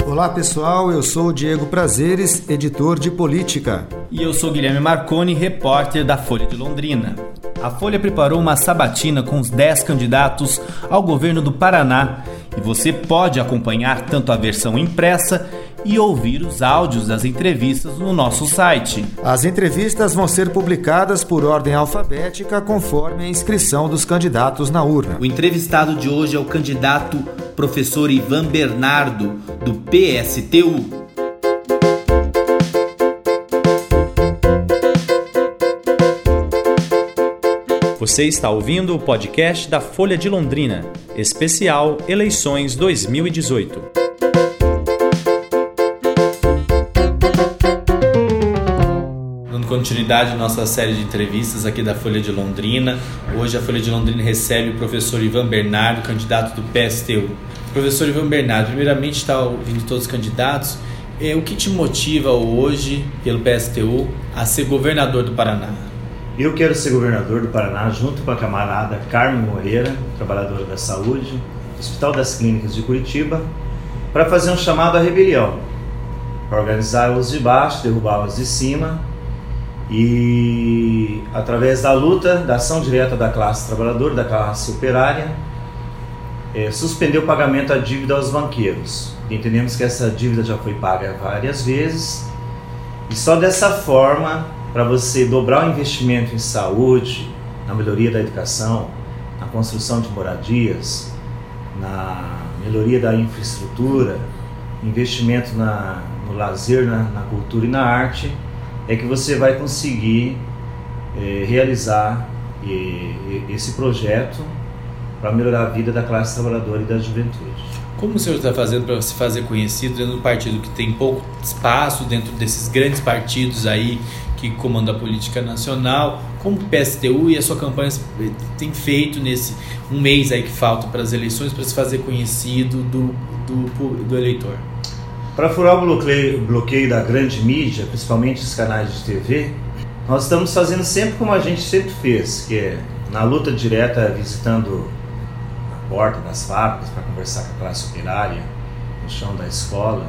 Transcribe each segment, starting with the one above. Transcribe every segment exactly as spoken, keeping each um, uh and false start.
Olá pessoal, eu sou o Diego Prazeres, editor de política. E eu sou Guilherme Marconi, repórter da Folha de Londrina. A Folha preparou uma sabatina com os dez candidatos ao governo do Paraná e você pode acompanhar tanto a versão impressa e ouvir os áudios das entrevistas no nosso site. As entrevistas vão ser publicadas por ordem alfabética conforme a inscrição dos candidatos na urna. O entrevistado de hoje é o candidato professor Ivan Bernardo, do P S T U. Você está ouvindo o podcast da Folha de Londrina, especial Eleições dois mil e dezoito. Dando continuidade à nossa série de entrevistas aqui da Folha de Londrina, hoje a Folha de Londrina recebe o professor Ivan Bernardo, candidato do P S T U. Professor Ivan Bernardo, primeiramente está ouvindo todos os candidatos. É, o que te motiva hoje, pelo P S T U, a ser governador do Paraná? Eu quero ser governador do Paraná junto com a camarada Carmen Moreira, trabalhadora da saúde, do Hospital das Clínicas de Curitiba, para fazer um chamado à rebelião, para organizar os de baixo, derrubar os de cima e, através da luta, da ação direta da classe trabalhadora, da classe operária, é, suspender o pagamento da dívida aos banqueiros. Entendemos que essa dívida já foi paga várias vezes e só dessa forma, para você dobrar o investimento em saúde, na melhoria da educação, na construção de moradias, na melhoria da infraestrutura, investimento na, no lazer, na, na cultura e na arte, é que você vai conseguir é, realizar e, esse projeto para melhorar a vida da classe trabalhadora e da juventude. Como o senhor está fazendo para se fazer conhecido dentro de um partido que tem pouco espaço, dentro desses grandes partidos aí que comandam a política nacional? Como o P S T U e a sua campanha tem feito nesse um mês aí que falta para as eleições para se fazer conhecido do, do, do eleitor? Para furar o bloqueio, bloqueio da grande mídia, principalmente os canais de T V, nós estamos fazendo sempre como a gente sempre fez, que é na luta direta, visitando a porta das fábricas para conversar com a classe operária, no chão da escola,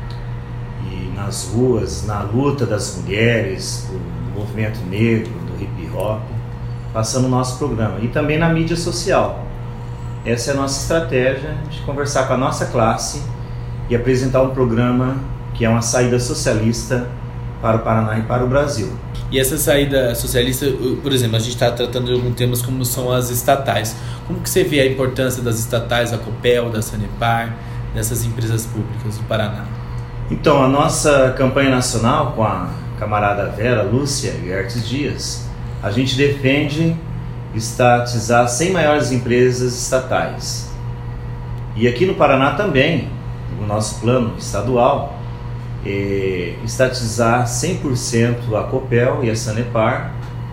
e nas ruas, na luta das mulheres, do movimento negro, do hip hop, passando o nosso programa. E também na mídia social. Essa é a nossa estratégia de conversar com a nossa classe e apresentar um programa que é uma saída socialista para o Paraná e para o Brasil. E essa saída socialista, por exemplo, a gente está tratando de alguns temas como são as estatais. Como que você vê a importância das estatais, da Copel, da Sanepar, dessas empresas públicas do Paraná? Então, a nossa campanha nacional com a camarada Vera Lúcia e Hertes Dias, a gente defende estatizar cem maiores empresas estatais. E aqui no Paraná também, no nosso plano estadual, é, estatizar cem por cento a Copel e a Sanepar,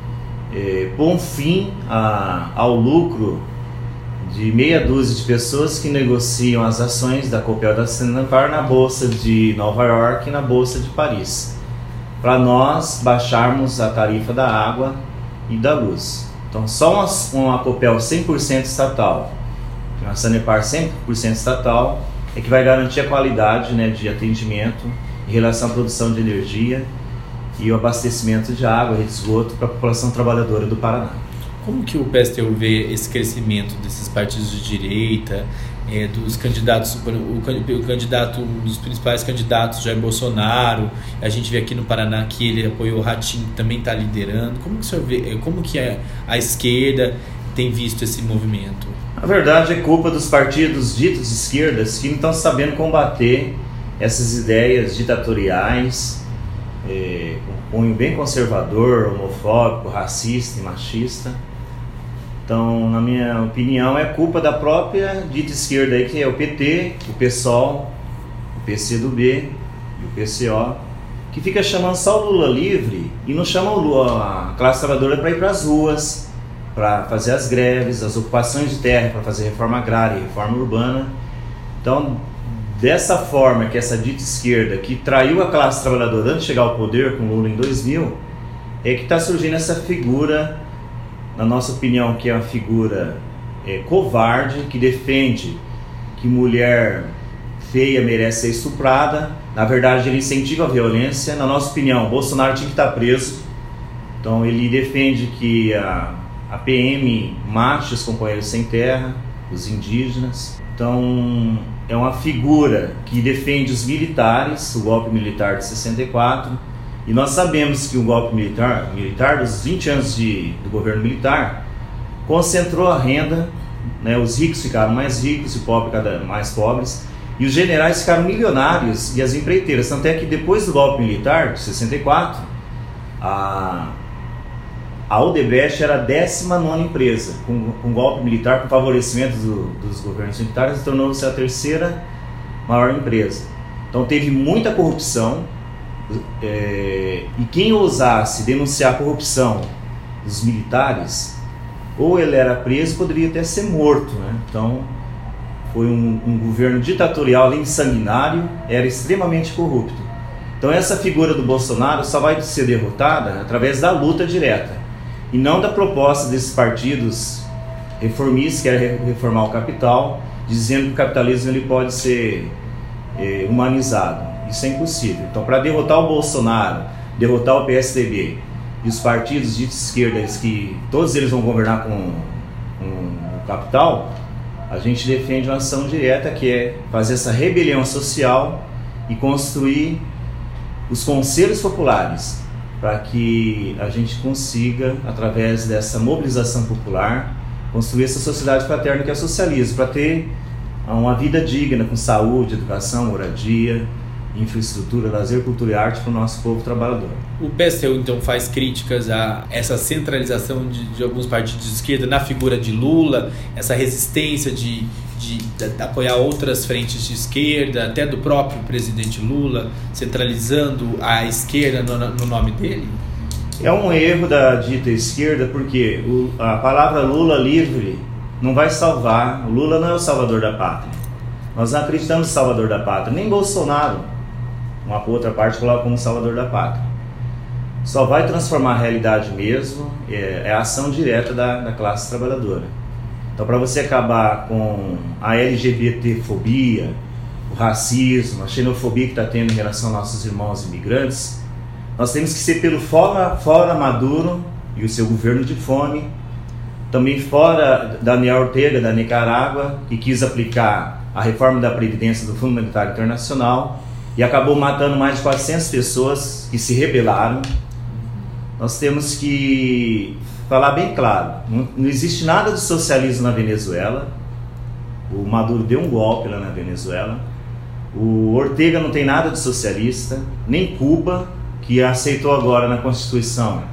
é, pôr um fim a, ao lucro de meia dúzia de pessoas que negociam as ações da Copel e da Sanepar na Bolsa de Nova York e na Bolsa de Paris, para nós baixarmos a tarifa da água e da luz. Então só uma, uma Copel cem por cento estatal, uma Sanepar cem por cento estatal, é que vai garantir a qualidade, né, de atendimento em relação à produção de energia e o abastecimento de água e de esgoto para a população trabalhadora do Paraná. Como que o P S T U vê esse crescimento desses partidos de direita, é, dos candidatos, o, o candidato, um dos principais candidatos, Jair Bolsonaro, a gente vê aqui no Paraná que ele apoiou o Ratinho, que também está liderando. Como que o senhor vê, como que a, a esquerda tem visto esse movimento? A verdade é culpa dos partidos ditos de esquerdas que não estão sabendo combater essas ideias ditatoriais, é, com um cunho bem conservador, homofóbico, racista e machista. Então, na minha opinião, é culpa da própria dita esquerda aí, que é o P T, o PSOL, o P C do B e o P C O, que fica chamando só o Lula livre e não chama o Lula, a classe trabalhadora, para ir para as ruas, para fazer as greves, as ocupações de terra, para fazer reforma agrária e reforma urbana. Então, dessa forma que essa dita esquerda, que traiu a classe trabalhadora antes de chegar ao poder com o Lula em dois mil, é que está surgindo essa figura, na nossa opinião, que é uma figura é, covarde, que defende que mulher feia merece ser estuprada. Na verdade, ele incentiva a violência. Na nossa opinião, Bolsonaro tinha que estar preso. Então, ele defende que a, a P M mate os companheiros sem terra, os indígenas. Então, é uma figura que defende os militares, o golpe militar de sessenta e quatro. E nós sabemos que o golpe militar, militar dos vinte anos de, do governo militar, concentrou a renda, né? Os ricos ficaram mais ricos e os pobres cada mais pobres, e os generais ficaram milionários e as empreiteiras. Tanto é que depois do golpe militar de sessenta e quatro, a, a Odebrecht era a décima nona empresa. Com, com golpe militar, com favorecimento do, dos governos militares, tornou-se a terceira maior empresa. Então teve muita corrupção. É, e quem ousasse denunciar a corrupção dos militares, ou ele era preso, poderia até ser morto, né? Então foi um, um governo ditatorial, além de sanguinário, era extremamente corrupto. Então essa figura do Bolsonaro só vai ser derrotada através da luta direta e não da proposta desses partidos reformistas que querem reformar o capital, dizendo que o capitalismo ele pode ser é, humanizado. Isso é impossível. Então, para derrotar o Bolsonaro, derrotar o P S D B e os partidos de esquerda, que todos eles vão governar com, com o capital, a gente defende uma ação direta, que é fazer essa rebelião social e construir os conselhos populares, para que a gente consiga, através dessa mobilização popular, construir essa sociedade fraterna que é o socialismo, para ter uma vida digna, com saúde, educação, moradia, infraestrutura, lazer, cultura e arte para o nosso povo trabalhador. O P S T U então faz críticas a essa centralização de, de alguns partidos de esquerda na figura de Lula, essa resistência de, de, de apoiar outras frentes de esquerda, até do próprio presidente Lula, centralizando a esquerda no, no nome dele? É um erro da dita esquerda, porque o, a palavra Lula livre não vai salvar. O Lula não é o salvador da pátria. Nós não acreditamos no salvador da pátria, nem Bolsonaro. Uma outra parte coloca como salvador da pátria. Só vai transformar a realidade mesmo, é, é a ação direta da, da classe trabalhadora. Então, para você acabar com a L G B T-fobia, o racismo, a xenofobia que está tendo em relação aos nossos irmãos imigrantes, nós temos que ser pelo fora, fora Maduro e o seu governo de fome, também fora Daniel Ortega, da Nicarágua, que quis aplicar a reforma da Previdência do Fundo Monetário Internacional e acabou matando mais de quatrocentas pessoas que se rebelaram. Nós temos que falar bem claro, não, não existe nada de socialismo na Venezuela. O Maduro deu um golpe lá na Venezuela. O Ortega não tem nada de socialista, nem Cuba, que aceitou agora na Constituição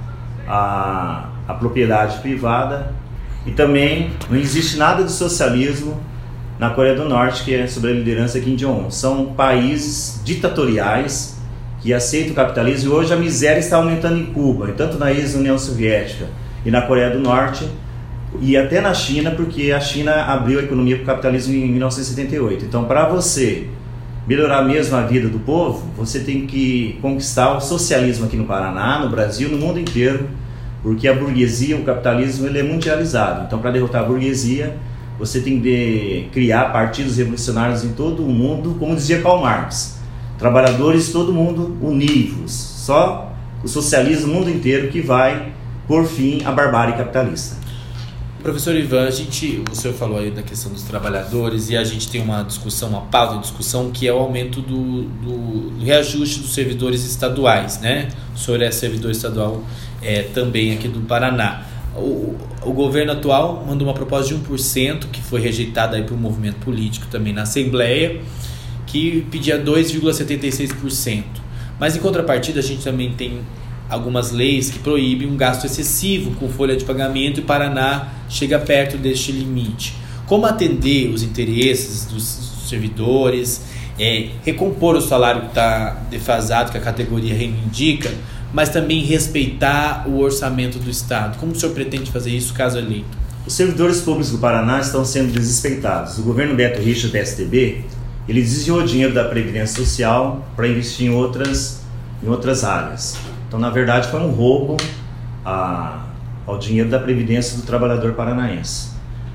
a, a propriedade privada. E também não existe nada de socialismo na Coreia do Norte, que é sob a liderança de Kim Jong-un. São países ditatoriais que aceitam o capitalismo, e hoje a miséria está aumentando em Cuba, tanto na ex-União Soviética e na Coreia do Norte, e até na China, porque a China abriu a economia para o capitalismo em mil novecentos e setenta e oito. Então, para você melhorar mesmo a vida do povo, você tem que conquistar o socialismo aqui no Paraná, no Brasil, no mundo inteiro, porque a burguesia, o capitalismo, ele é mundializado. Então, para derrotar a burguesia, você tem que criar partidos revolucionários em todo o mundo, como dizia Karl Marx, trabalhadores todo mundo univos, só o socialismo no mundo inteiro que vai por fim à barbárie capitalista. Professor Ivan, a gente, o senhor falou aí da questão dos trabalhadores, e a gente tem uma discussão, uma pauta de discussão, que é o aumento do, do, do reajuste dos servidores estaduais, né? O senhor é servidor estadual é, também aqui do Paraná. O, o governo atual mandou uma proposta de um por cento, que foi rejeitada aí por um movimento político também na Assembleia, que pedia dois vírgula setenta e seis por cento. Mas em contrapartida a gente também tem algumas leis que proíbem um gasto excessivo com folha de pagamento, e o Paraná chega perto deste limite. Como atender os interesses dos servidores, é, recompor o salário que está defasado, que a categoria reivindica, mas também respeitar o orçamento do Estado? Como o senhor pretende fazer isso caso eleito? Os servidores públicos do Paraná estão sendo desrespeitados. O governo Beto Richa, do P S D B, ele desviou dinheiro da Previdência Social para investir em outras, em outras áreas. Então, na verdade, foi um roubo a, ao dinheiro da Previdência do trabalhador paranaense.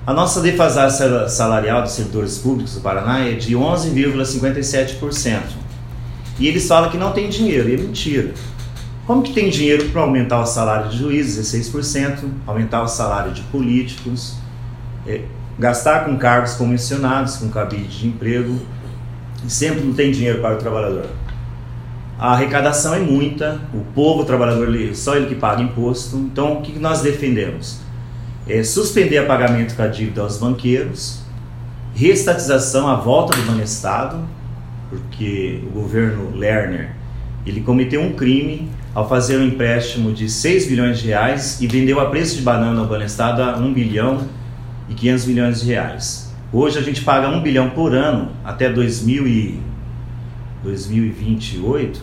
A nossa defasagem salarial dos servidores públicos do Paraná é de onze vírgula cinquenta e sete por cento. E eles falam que não tem dinheiro, e é mentira. Como que tem dinheiro para aumentar o salário de juízes, dezesseis por cento, aumentar o salário de políticos, é, gastar com cargos comissionados, com cabide de emprego, e sempre não tem dinheiro para o trabalhador. A arrecadação é muita, o povo trabalhador, só ele que paga imposto. Então, o que nós defendemos? É suspender o pagamento da dívida aos banqueiros, reestatização, a volta do Banestado, porque o governo Lerner, ele cometeu um crime ao fazer um empréstimo de seis bilhões de reais e vendeu a preço de banana ao Banestado a um bilhão e quinhentos milhões de reais. Hoje a gente paga um bilhão por ano até dois mil e vinte e oito,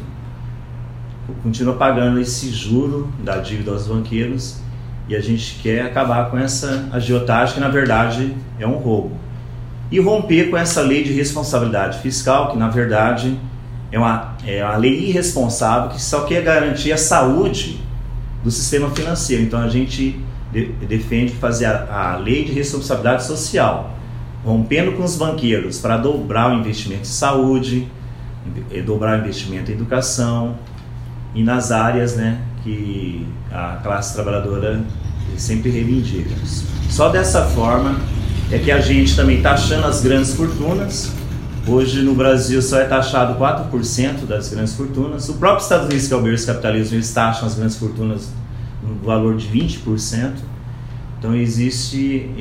continua pagando esse juro da dívida aos banqueiros, e a gente quer acabar com essa agiotagem que na verdade é um roubo. E romper com essa lei de responsabilidade fiscal, que na verdade é uma, é uma lei irresponsável que só quer garantir a saúde do sistema financeiro. Então a gente de, defende fazer a, a lei de responsabilidade social, rompendo com os banqueiros para dobrar o investimento em saúde, dobrar o investimento em educação e nas áreas, né, que a classe trabalhadora sempre reivindica. Só dessa forma é que a gente também taxando as grandes fortunas. Hoje no Brasil só é taxado quatro por cento das grandes fortunas. O próprio Estados Unidos, que é o berço do capitalismo, eles taxam as grandes fortunas no valor de vinte por cento. Então existe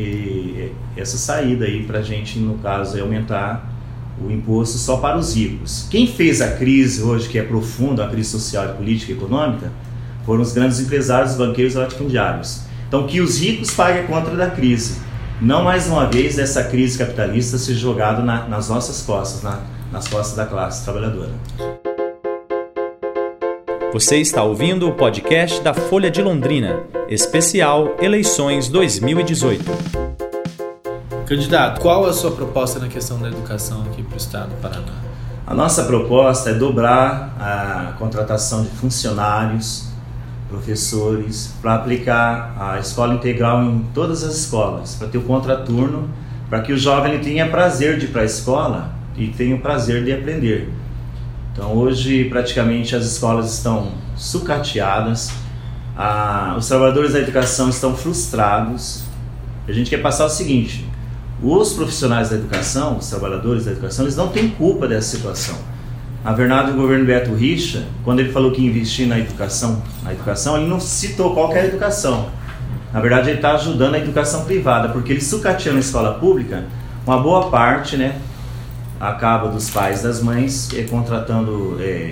e, essa saída aí para a gente, no caso, é aumentar o imposto só para os ricos. Quem fez a crise hoje, que é profunda, a crise social, política e econômica, foram os grandes empresários, os banqueiros e latifundiários. Então que os ricos paguem a conta da crise. Não mais uma vez essa crise capitalista se jogada na, nas nossas costas, na, nas costas da classe trabalhadora. Você está ouvindo o podcast da Folha de Londrina, especial Eleições dois mil e dezoito. Candidato, qual a sua proposta na questão da educação aqui para o estado do Paraná? A nossa proposta é dobrar a contratação de funcionários, professores, para aplicar a escola integral em todas as escolas, para ter o contraturno, para que o jovem ele tenha prazer de ir para a escola e tenha o prazer de aprender. Então hoje praticamente as escolas estão sucateadas, a, os trabalhadores da educação estão frustrados. A gente quer passar o seguinte: os profissionais da educação, os trabalhadores da educação, eles não têm culpa dessa situação. Na verdade, o governo Beto Richa, quando ele falou que ia investir na educação, na educação, ele não citou qualquer educação. Na verdade, ele está ajudando a educação privada, porque ele sucateando a escola pública, uma boa parte, né, acaba dos pais, das mães, é, contratando, é,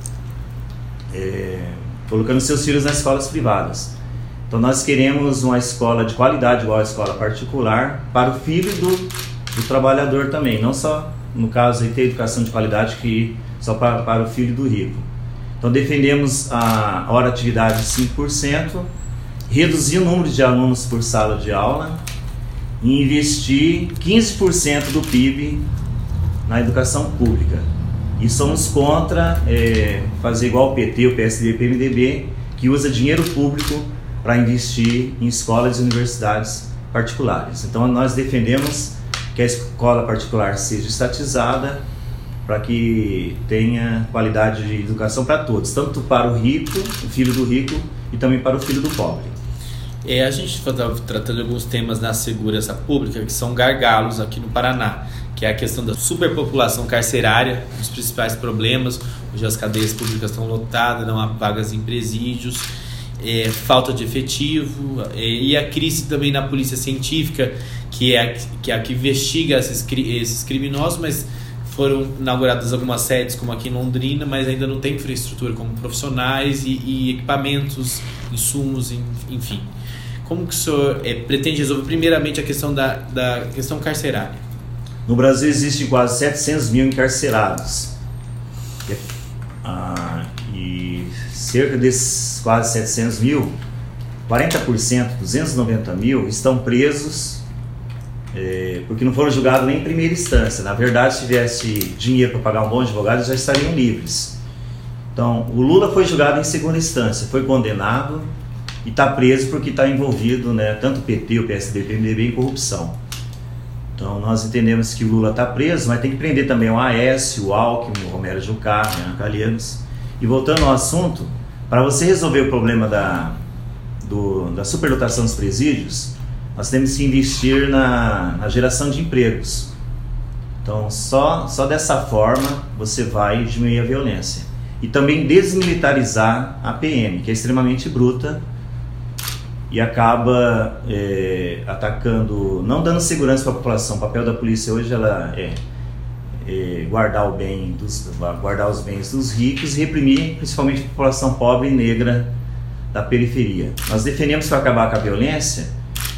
é, colocando seus filhos nas escolas privadas. Então nós queremos uma escola de qualidade igual a escola particular para o filho do, do trabalhador também, não só, no caso, aí, ter educação de qualidade que só para, para o filho do rico. Então defendemos a hora de atividade de cinco por cento, reduzir o número de alunos por sala de aula e investir quinze por cento do P I B na educação pública. E somos contra é, fazer igual o P T, o P S D B, o P M D B, que usa dinheiro público para investir em escolas e universidades particulares. Então nós defendemos que a escola particular seja estatizada para que tenha qualidade de educação para todos, tanto para o rico, o filho do rico, e também para o filho do pobre. É, a gente está tratando de alguns temas na segurança pública que são gargalos aqui no Paraná, que é a questão da superpopulação carcerária, um dos principais problemas. Hoje as cadeias públicas estão lotadas, não há vagas em presídios, é, falta de efetivo, é, e a crise também na polícia científica, que é a que, é a que investiga esses, esses criminosos, mas foram inauguradas algumas sedes como aqui em Londrina, mas ainda não tem infraestrutura como profissionais e, e equipamentos, insumos, enfim. Como que o senhor é, pretende resolver primeiramente a questão da, da questão carcerária? No Brasil existem quase setecentos mil encarcerados. Ah, e cerca desses quase setecentos mil, quarenta por cento, duzentos e noventa mil, estão presos é, porque não foram julgados nem em primeira instância. Na verdade, se tivesse dinheiro para pagar um bom advogado, eles já estariam livres. Então, o Lula foi julgado em segunda instância, foi condenado e está preso porque está envolvido, né, tanto o P T, o P S D, o P M D B em corrupção. Então nós entendemos que o Lula está preso, mas tem que prender também o Aécio, o Alckmin, o Romero Jucá, o Renan Calheiros. E voltando ao assunto, para você resolver o problema da, do, da superlotação dos presídios, nós temos que investir na, na geração de empregos. Então só, só dessa forma você vai diminuir a violência. E também desmilitarizar a P M, que é extremamente bruta e acaba é, atacando, não dando segurança para a população. O papel da polícia hoje ela é, é guardar, o bem dos, guardar os bens dos ricos e reprimir principalmente a população pobre e negra da periferia. Nós defendemos para acabar com a violência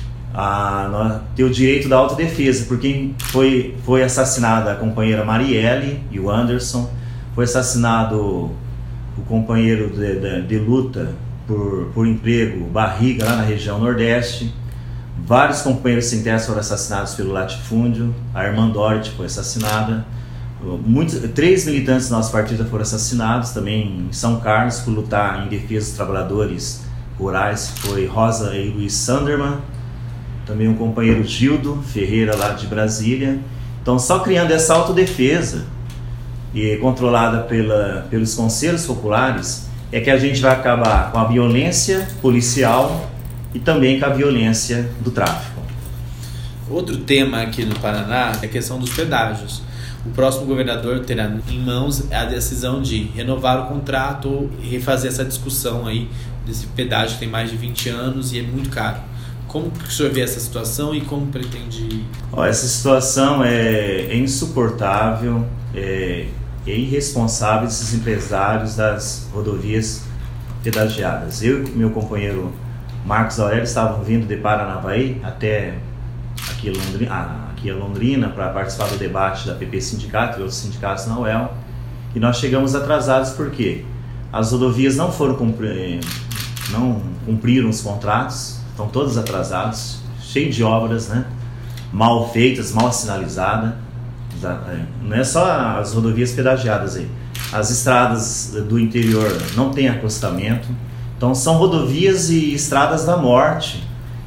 a, ter o direito da autodefesa, porque foi, foi assassinada a companheira Marielle e o Anderson, foi assassinado o companheiro de, de, de luta Por, por emprego, Barriga, lá na região Nordeste. Vários companheiros sem terra foram assassinados pelo latifúndio. A irmã Dorothy foi assassinada. Muitos, três militantes do nosso partido foram assassinados também em São Carlos por lutar em defesa dos trabalhadores rurais. Foi Rosa e Luiz Sanderman. Também um companheiro Gildo Ferreira, lá de Brasília. Então, só criando essa autodefesa e controlada pela, pelos conselhos populares, é que a gente vai acabar com a violência policial e também com a violência do tráfico. Outro tema aqui no Paraná é a questão dos pedágios. O próximo governador terá em mãos a decisão de renovar o contrato ou refazer essa discussão aí desse pedágio que tem mais de vinte anos e é muito caro. Como que o senhor vê essa situação e como pretende... Ó, essa situação é, é insuportável, é... é irresponsável esses empresários das rodovias pedagiadas. Eu e meu companheiro Marcos Aurélio estavam vindo de Paranavaí até aqui a Londrina, aqui a Londrina para participar do debate da P P Sindicato e outros sindicatos na U E L, e nós chegamos atrasados porque as rodovias não foram cumprir, não cumpriram os contratos, estão todos atrasados, cheio de obras, né, mal feitas, mal sinalizadas. Não é só as rodovias pedagiadas aí, as estradas do interior não tem acostamento. Então são rodovias e estradas da morte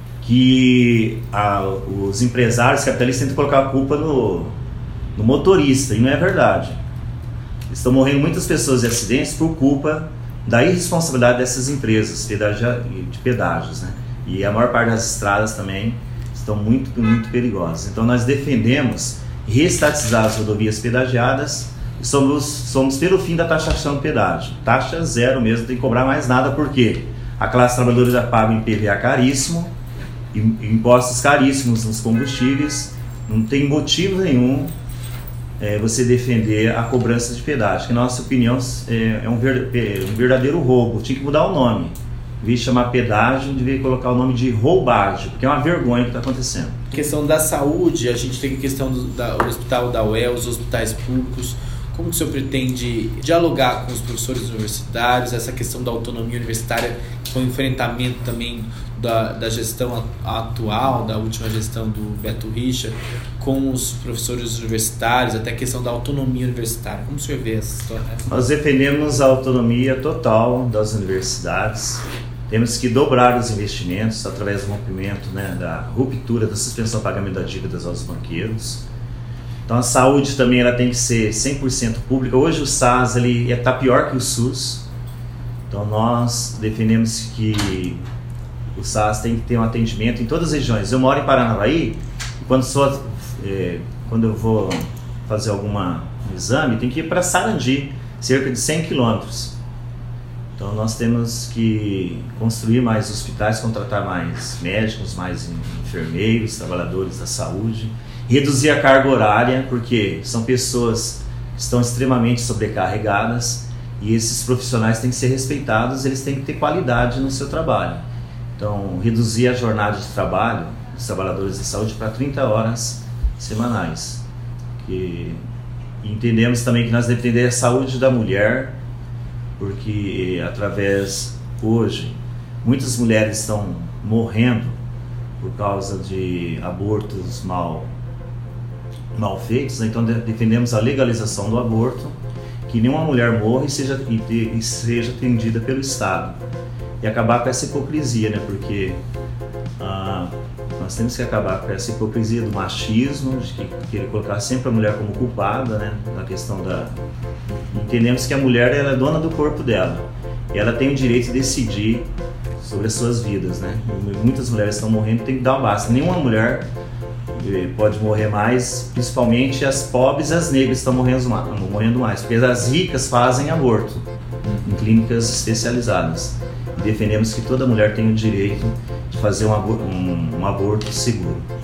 que a, os empresários capitalistas tentam colocar a culpa no, no motorista, e não é verdade. Estão morrendo muitas pessoas em acidentes por culpa da irresponsabilidade dessas empresas pedagia, de pedágios, né? E a maior parte das estradas também estão muito, muito perigosas. Então nós defendemos reestatizar as rodovias pedagiadas e somos, somos pelo fim da taxação do pedágio. Taxa zero mesmo, tem que cobrar mais nada, porque a classe trabalhadora já paga I P V A caríssimo, impostos caríssimos nos combustíveis, não tem motivo nenhum é, você defender a cobrança de pedágio, que na nossa opinião é, é um, ver, é um verdadeiro roubo. Tinha que mudar o nome, em vez de chamar pedágio, devia colocar o nome de roubagem, porque é uma vergonha o que está acontecendo. Questão da saúde, a gente tem a questão do, da, do hospital da U E L, os hospitais públicos. Como que o senhor pretende dialogar com os professores universitários, essa questão da autonomia universitária, com o enfrentamento também da, da gestão atual, da última gestão do Beto Richa, com os professores universitários, até a questão da autonomia universitária? Como o senhor vê essa história? Nós defendemos a autonomia total das universidades. Temos que dobrar os investimentos através do rompimento, né, da ruptura da suspensão do pagamento das dívidas aos banqueiros. Então a saúde também ela tem que ser cem por cento pública. Hoje o SAS está pior que o SUS. Então nós defendemos que o SAS tem que ter um atendimento em todas as regiões. Eu moro em Paranavaí e quando, sou, é, quando eu vou fazer algum exame, tem que ir para Sarandi, cerca de cem quilômetros. Então nós temos que construir mais hospitais, contratar mais médicos, mais enfermeiros, trabalhadores da saúde, reduzir a carga horária, porque são pessoas que estão extremamente sobrecarregadas e esses profissionais têm que ser respeitados, eles têm que ter qualidade no seu trabalho. Então reduzir a jornada de trabalho dos trabalhadores da saúde para trinta horas semanais. E entendemos também que nós devemos defender a saúde da mulher, porque através, hoje, muitas mulheres estão morrendo por causa de abortos mal, mal feitos, né? Então defendemos a legalização do aborto, que nenhuma mulher morra e seja, e, e seja atendida pelo Estado. E acabar com essa hipocrisia, né? Porque ah, nós temos que acabar com essa hipocrisia do machismo, de que, querer colocar sempre a mulher como culpada, né? Na questão da... Entendemos que a mulher ela é dona do corpo dela e ela tem o direito de decidir sobre as suas vidas, né? E muitas mulheres estão morrendo, tem que dar um basta. Nenhuma mulher pode morrer mais, principalmente as pobres e as negras estão morrendo, morrendo mais, porque as ricas fazem aborto em clínicas especializadas. E defendemos que toda mulher tem o direito de fazer um aborto, um, um aborto seguro.